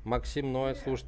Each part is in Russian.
Максим Ноэ, слушай.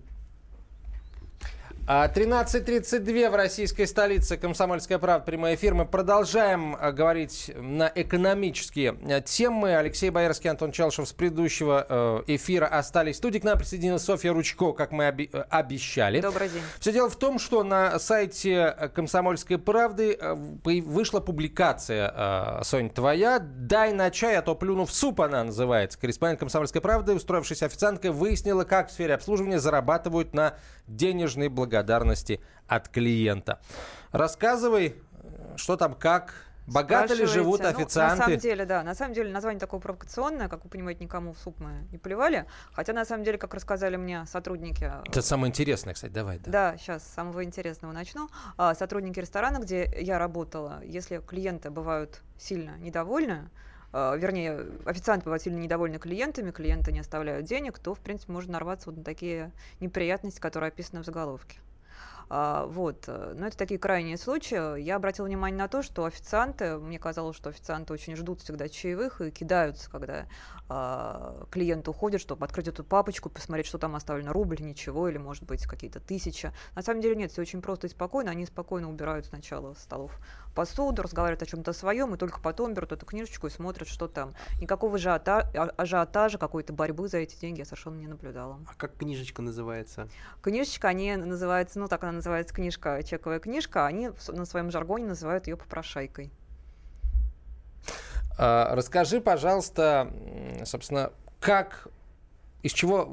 13:32 в российской столице. «Комсомольская правда», прямой эфир. Мы продолжаем говорить на экономические темы. Алексей Боярский, Антон Чалышев с предыдущего эфира остались в студии. К нам присоединилась Софья Ручко, как мы обещали. Добрый день. Все дело в том, что на сайте «Комсомольской правды» вышла публикация, Сонь, твоя. «Дай на чай, а то плюну в суп» она называется. Корреспондент «Комсомольской правды», устроившись официанткой, выяснила, как в сфере обслуживания зарабатывают на денежной благодарности от клиента. Рассказывай, что там, как, богато ли живут официанты? На самом деле название такое провокационное, как вы понимаете, никому в суп мы не плевали. Хотя на самом деле, как рассказали мне сотрудники... Это самое интересное, кстати, давай. Да, сейчас с самого интересного начну. Сотрудники ресторана, где я работала, если клиенты бывают сильно недовольны, вернее, официанты бывают сильно недовольны клиентами, клиенты не оставляют денег, то, в принципе, можно нарваться вот на такие неприятности, которые описаны в заголовке. Но это такие крайние случаи. Я обратила внимание на то, что официанты, мне казалось, что официанты очень ждут всегда чаевых и кидаются, когда клиенты уходят, чтобы открыть эту папочку, посмотреть, что там оставлено, рубль, ничего, или, может быть, какие-то 1000. На самом деле нет, все очень просто и спокойно. Они спокойно убирают сначала с столов посуду, разговаривают о чем-то своем, и только потом берут эту книжечку и смотрят, что там. Никакого ажиотажа, какой-то борьбы за эти деньги я совершенно не наблюдала. А как книжечка называется? Книжечка, они называются, так она называется, книжка, чековая книжка, они на своем жаргоне называют ее попрошайкой. Расскажи, пожалуйста, собственно, из чего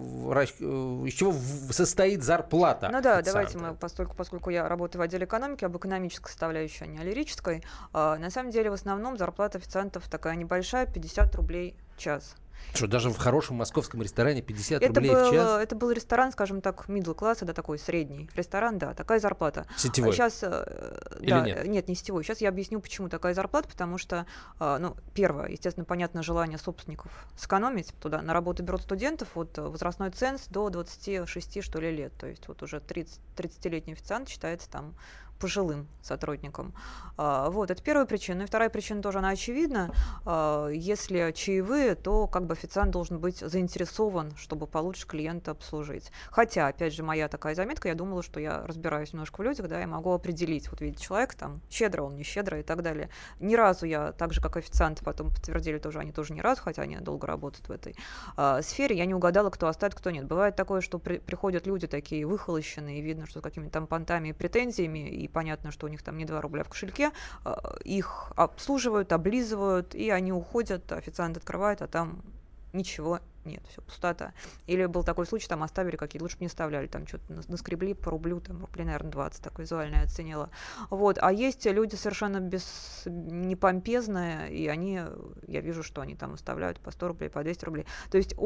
состоит зарплата официанта? Давайте мы, поскольку я работаю в отделе экономики, об экономической составляющей, а не о лирической, на самом деле в основном зарплата официантов такая небольшая, 50 рублей в час. Что, даже в хорошем московском ресторане 50 рублей в час? Это был ресторан, скажем так, middle класса, такой средний ресторан, такая зарплата. Сетевой? Сейчас, или нет? Нет, не сетевой. Сейчас я объясню, почему такая зарплата, потому что, первое, естественно, понятно, желание собственников сэкономить. Туда на работу берут студентов, возрастной ценз до 26, что ли, лет. То есть уже 30-летний официант считается там пожилым сотрудникам. Это первая причина. И вторая причина тоже, она очевидна. Если чаевые, то как бы официант должен быть заинтересован, чтобы получше клиента обслужить. Хотя, опять же, моя такая заметка, я думала, что я разбираюсь немножко в людях, я могу определить, видите, человек там щедро, он не щедро и так далее. Ни разу я, так же, как официанты, потом подтвердили тоже, они тоже ни разу, хотя они долго работают в этой сфере, я не угадала, кто оставит, кто нет. Бывает такое, что приходят люди такие выхолощенные, видно, что с какими-то там понтами и претензиями, и понятно, что у них там не 2 рубля в кошельке, их обслуживают, облизывают, и они уходят, официант открывает, а там ничего нет, все пустота. Или был такой случай, там оставили какие-то, лучше бы не оставляли, там что-то наскребли по рублю, там рублей, наверное, 20, так визуально я оценила. А есть люди совершенно не помпезные, и я вижу, что они там оставляют по 100 рублей, по 200 рублей. То есть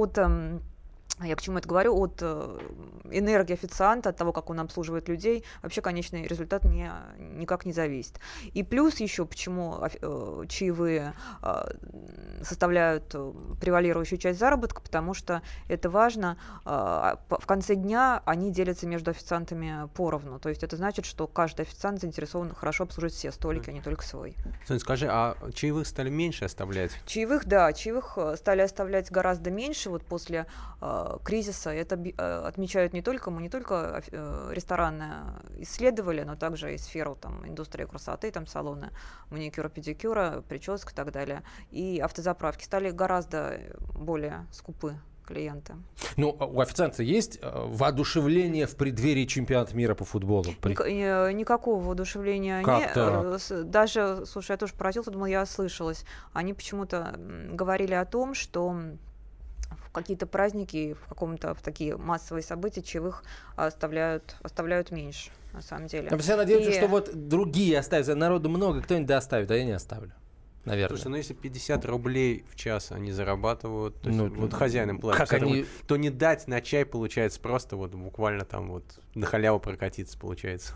я к чему это говорю? От энергии официанта, от того, как он обслуживает людей, вообще конечный результат никак не зависит. И плюс еще, почему чаевые составляют превалирующую часть заработка, потому что это важно. В конце дня они делятся между официантами поровну. То есть это значит, что каждый официант заинтересован хорошо обслуживать все столики, а не только свой. Соня, скажи, а чаевых стали меньше оставлять? Чаевых стали оставлять гораздо меньше после кризиса. Это отмечают не только ресторанные исследовали, но также и сферу индустрии красоты, салоны маникюра, педикюра, прическ и так далее. И автозаправки стали гораздо более скупы клиенты. У официанта есть воодушевление в преддверии чемпионата мира по футболу? Никакого воодушевления нет. Даже, слушай, я тоже поразилась, думала, я ослышалась. Они почему-то говорили о том, что в какие-то праздники, в такие массовые события чаевых оставляют меньше, на самом деле. Все надеются, что другие оставят. Народу много, кто-нибудь доставит, а я не оставлю. Наверное. Слушай, если 50 рублей в час они зарабатывают, то есть, хозяинам платят, то не дать на чай получается просто буквально на халяву прокатиться получается.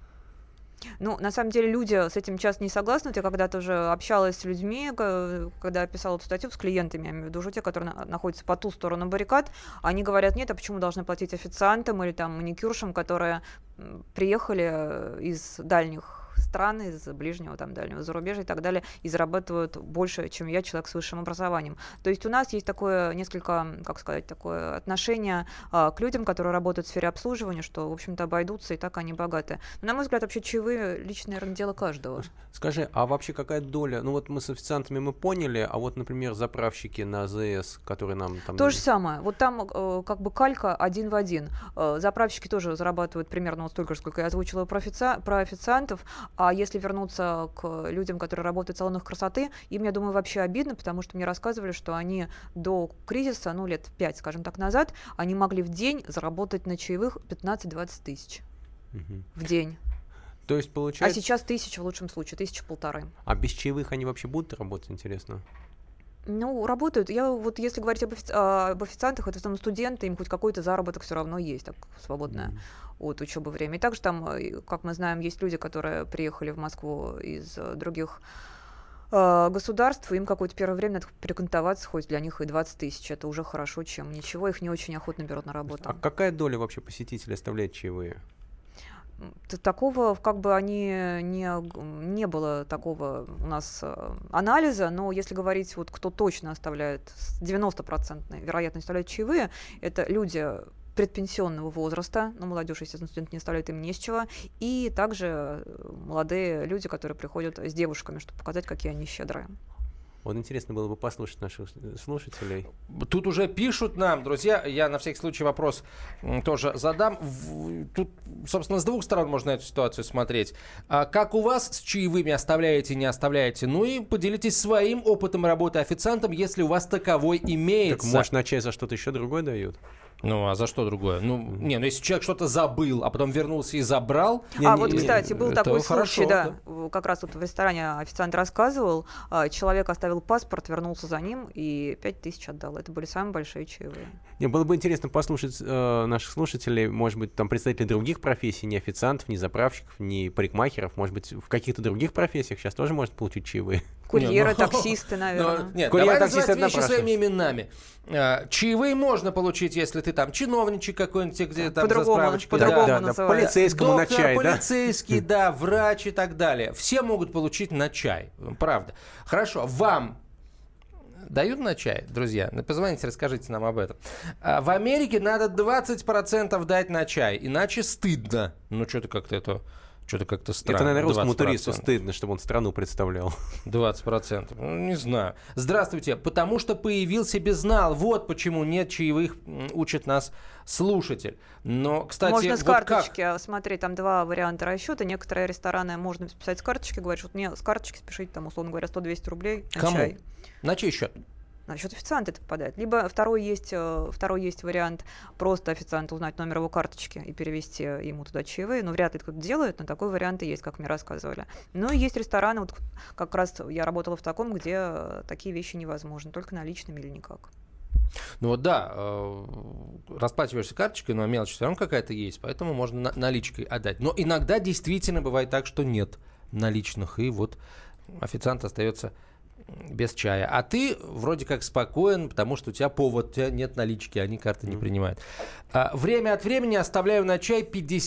На самом деле люди с этим часто не согласны. Я когда-то уже общалась с людьми, когда я писала эту статью с клиентами, я имею в виду уже те, которые находятся по ту сторону баррикад, они говорят, нет, а почему должны платить официантам или маникюршам, которые приехали из дальних стран, из ближнего, там, дальнего зарубежья и так далее, и зарабатывают больше, чем я, человек с высшим образованием. То есть у нас есть такое несколько, как сказать, такое отношение к людям, которые работают в сфере обслуживания, что, в общем-то, обойдутся, и так они богаты. Но, на мой взгляд, вообще чаевые — личное, наверное, дело каждого. Скажи, а вообще какая доля? Ну вот мы с официантами мы поняли, а вот, например, заправщики на АЗС, которые нам там... То же самое. Вот там как бы калька один в один. Заправщики тоже зарабатывают примерно вот столько же, сколько я озвучила про официантов. А если вернуться к людям, которые работают в салонах красоты, им, я думаю, вообще обидно, потому что мне рассказывали, что они до кризиса, ну, лет 5, скажем так, назад, они могли в день заработать на чаевых 15-20 тысяч в день. То есть получается... А сейчас 1000 в лучшем случае, 1500. А без чаевых они вообще будут работать, интересно? Ну, работают. Я вот если говорить об официантах, это в основном студенты, им хоть какой-то заработок все равно есть, так свободное от учебы время. И также там, как мы знаем, есть люди, которые приехали в Москву из других государств, им какое-то первое время надо перекантоваться, хоть для них и 20 тысяч. Это уже хорошо, чем ничего. Их не очень охотно берут на работу. А какая доля вообще посетителей оставляет чаевые? Такого, как бы не было такого у нас анализа, но если говорить, вот кто точно оставляет, с 90% вероятно оставляют чаевые, это люди предпенсионного возраста, но молодежь, естественно, студенты не оставляют им не с чего, и также молодые люди, которые приходят с девушками, чтобы показать, какие они щедрые. Вот интересно было бы послушать наших слушателей. Тут уже пишут нам, друзья, я на всякий случай вопрос тоже задам. Тут, собственно, с двух сторон можно эту ситуацию смотреть. Как у вас с чаевыми, оставляете, не оставляете? Ну и поделитесь своим опытом работы официантом, если у вас таковой имеется. Так, может, на чай за что-то еще другое дают? Ну, а за что другое? Ну, если человек что-то забыл, а потом вернулся и забрал... Вот, кстати, был такой случай, да. Как раз вот в ресторане официант рассказывал, человек оставил паспорт, вернулся за ним и 5000 отдал. Это были самые большие чаевые. Было бы интересно послушать наших слушателей, может быть, там представители других профессий, не официантов, не заправщиков, не парикмахеров, может быть, в каких-то других профессиях сейчас тоже можно получить чаевые. Курьеры, таксисты, наверное. Нет, давай называть вещи своими именами. Чаевые можно получить, если ты там чиновничек какой-нибудь, где там за справочку. По-другому называется. Полицейскому на чай, да? Полицейский, да, врач и так далее. Все могут получить на чай, правда. Хорошо, вам дают на чай, друзья? Позвоните, расскажите нам об этом. В Америке надо 20% дать на чай, иначе стыдно. Ну, что-то как-то странно. Это, наверное, русскому туристу стыдно, чтобы он страну представлял. 20%. Ну, не знаю. Здравствуйте. Потому что появился безнал. Вот почему нет чаевых, учит нас слушатель. Но, кстати, можно с карточки. Смотри, там два варианта расчета. Некоторые рестораны можно списать с карточки. Говорят, что мне с карточки спешить, там, условно говоря, 100-200 рублей на Кому? чай. На чей счет? На счет официанта это попадает. Либо второй есть вариант просто официанту узнать номер его карточки и перевести ему туда чаевые. Но вряд ли кто-то делает, но такой вариант и есть, как мне рассказывали. Ну и есть рестораны, вот как раз я работала в таком, где такие вещи невозможны, только наличными или никак. Ну вот да, расплачиваешься карточкой, но мелочь все равно какая-то есть, поэтому можно наличкой отдать. Но иногда действительно бывает так, что нет наличных, и вот официант остается без чая. А ты вроде как спокоен, потому что у тебя повод, у тебя нет налички, они карты не принимают. Время от времени оставляю на чай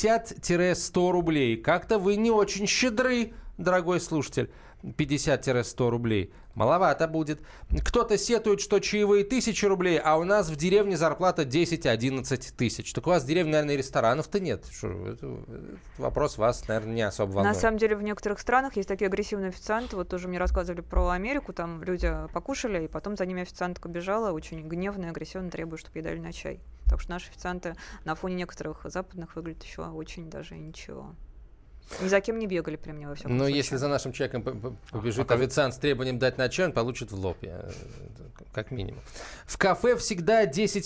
50-100 рублей. Как-то вы не очень щедры, дорогой слушатель. 50-100 рублей. Маловато будет. Кто-то сетует, что чаевые 1000 рублей, а у нас в деревне зарплата 10-11 тысяч. Так у вас в деревне, наверное, и ресторанов-то нет. Вопрос вас, наверное, не особо волнует. На самом деле в некоторых странах есть такие агрессивные официанты. Вот тоже мне рассказывали про Америку. Там люди покушали, и потом за ними официантка бежала, очень гневная, агрессивно требует, чтобы ей дали на чай. Так что наши официанты на фоне некоторых западных выглядят еще очень даже ничего. Ни за кем не бегали при мне, во всяком случае. Но если за нашим человеком побежит официант с требованием дать на чай, он получит в лоб, как минимум. В кафе всегда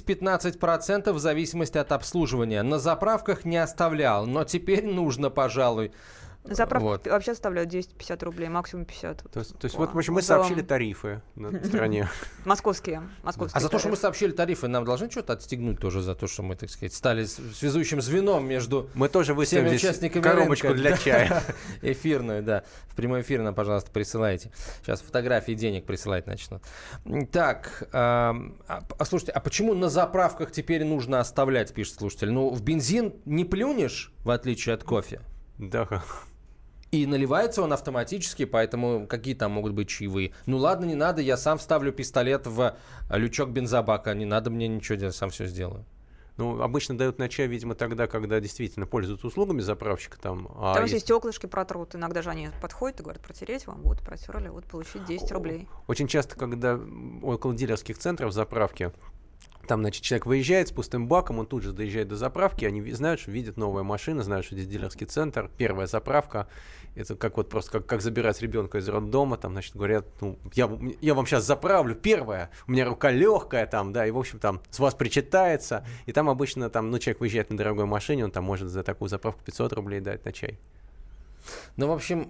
10-15% в зависимости от обслуживания. На заправках не оставлял, но теперь нужно, пожалуй. Заправки вообще оставляют 10-50 рублей, максимум 50. То есть вот, в общем, мы сообщили тарифы на стране. Московские. А за то, что мы сообщили тарифы, нам должны что-то отстегнуть тоже за то, что мы, так сказать, стали связующим звеном между мы тоже выставим участниками коробочку рынка. Для чая. Эфирную, да. В прямой эфир нам, пожалуйста, присылайте. Сейчас фотографии денег присылать начнут. Так, слушайте, а почему на заправках теперь нужно оставлять, пишет слушатель? Ну, в бензин не плюнешь, в отличие от кофе. Да. И наливается он автоматически, поэтому какие там могут быть чаевые? Ну ладно, не надо, я сам вставлю пистолет в лючок бензобака, не надо мне ничего делать, сам все сделаю. Ну, обычно дают на чай, видимо, тогда, когда действительно пользуются услугами заправщика. Там если стеклышки протрут, иногда же они подходят и говорят, протереть вам, вот, протерли, вот, получить 10 рублей. Очень часто, когда около дилерских центров заправки, там, значит, человек выезжает с пустым баком, он тут же доезжает до заправки, они знают, что видят новая машина, знают, что здесь дилерский центр, первая заправка. Это как вот просто как забирать ребенка из роддома, там, значит, говорят, ну, я вам сейчас заправлю, первая, у меня рука легкая, там, да, и, в общем, там, с вас причитается, и там обычно, там, ну, человек выезжает на дорогой машине, он там может за такую заправку 500 рублей дать на чай. Ну, в общем,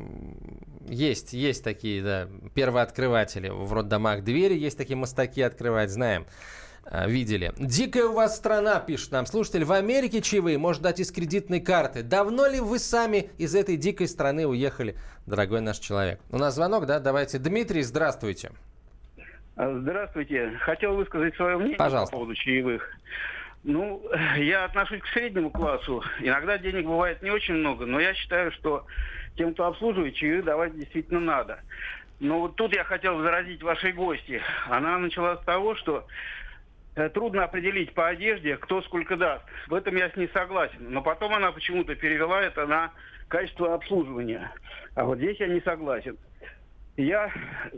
есть такие, да, первооткрыватели в роддомах двери, есть такие мастаки открывать, знаем. Видели. Дикая у вас страна, пишет нам слушатель. В Америке чаевые можно дать из кредитной карты. Давно ли вы сами из этой дикой страны уехали, дорогой наш человек? У нас звонок, да? Давайте. Дмитрий, здравствуйте. Здравствуйте. Хотел высказать свое мнение по поводу чаевых. Ну, я отношусь к среднему классу. Иногда денег бывает не очень много, но я считаю, что тем, кто обслуживает, чаевые давать действительно надо. Но вот тут я хотел возразить вашей гости. Она начала с того, что трудно определить по одежде, кто сколько даст. В этом я с ней согласен. Но потом она почему-то перевела это на качество обслуживания. А вот здесь я не согласен. Я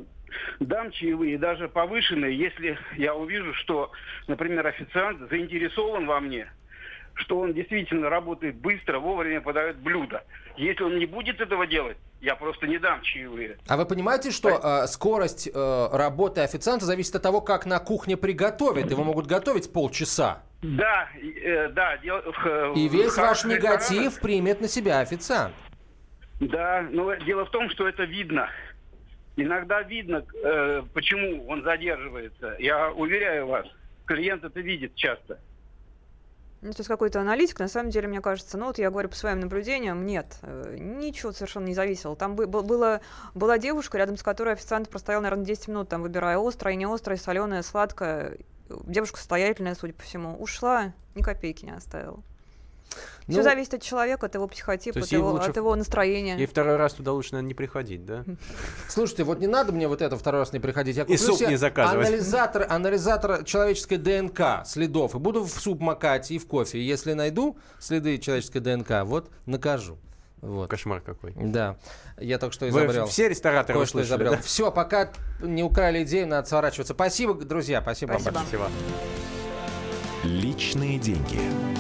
дам чаевые, даже повышенные, если я увижу, что, например, официант заинтересован во мне, что он действительно работает быстро, вовремя подает блюдо. Если он не будет этого делать, я просто не дам чаевые. А вы понимаете, что скорость работы официанта зависит от того, как на кухне приготовят? Его могут готовить полчаса. Да, да. И весь ваш негатив примет на себя официант. Да, но дело в том, что это видно. Иногда видно, почему он задерживается. Я уверяю вас, клиент это видит часто. Ну, то есть какой-то аналитик, на самом деле, мне кажется, ну вот я говорю по своим наблюдениям, нет, ничего совершенно не зависело. Там была девушка, рядом с которой официант простоял, наверное, 10 минут, там, выбирая острое, не острое, соленое, сладкое. Девушка состоятельная, судя по всему, ушла, ни копейки не оставила. Все зависит от человека, от его психотипа, от его настроения. И второй раз туда лучше, наверное, не приходить, да? Слушайте, вот не надо мне вот это второй раз не приходить. Я куплю суп не заказывать. Анализатор человеческой ДНК, следов. И буду в суп макать и в кофе. И если найду следы человеческой ДНК, вот накажу. Вот. Кошмар какой. Да. Я только что изобрел. Вы все рестораторы услышали, да? Все, пока не украли идею, надо сворачиваться. Спасибо, друзья. Спасибо вам большое. Спасибо. Личные деньги.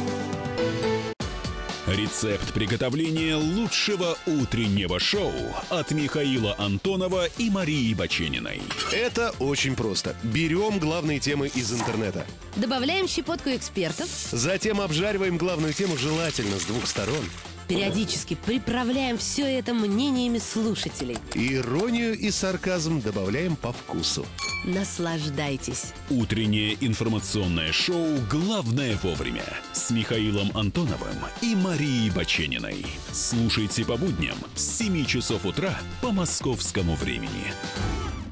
Рецепт приготовления лучшего утреннего шоу от Михаила Антонова и Марии Бачениной. Это очень просто. Берем главные темы из интернета. Добавляем щепотку экспертов. Затем обжариваем главную тему желательно с двух сторон. Периодически приправляем все это мнениями слушателей. Иронию и сарказм добавляем по вкусу. Наслаждайтесь. Утреннее информационное шоу «Главное вовремя» с Михаилом Антоновым и Марией Бачениной. Слушайте по будням с 7 часов утра по московскому времени.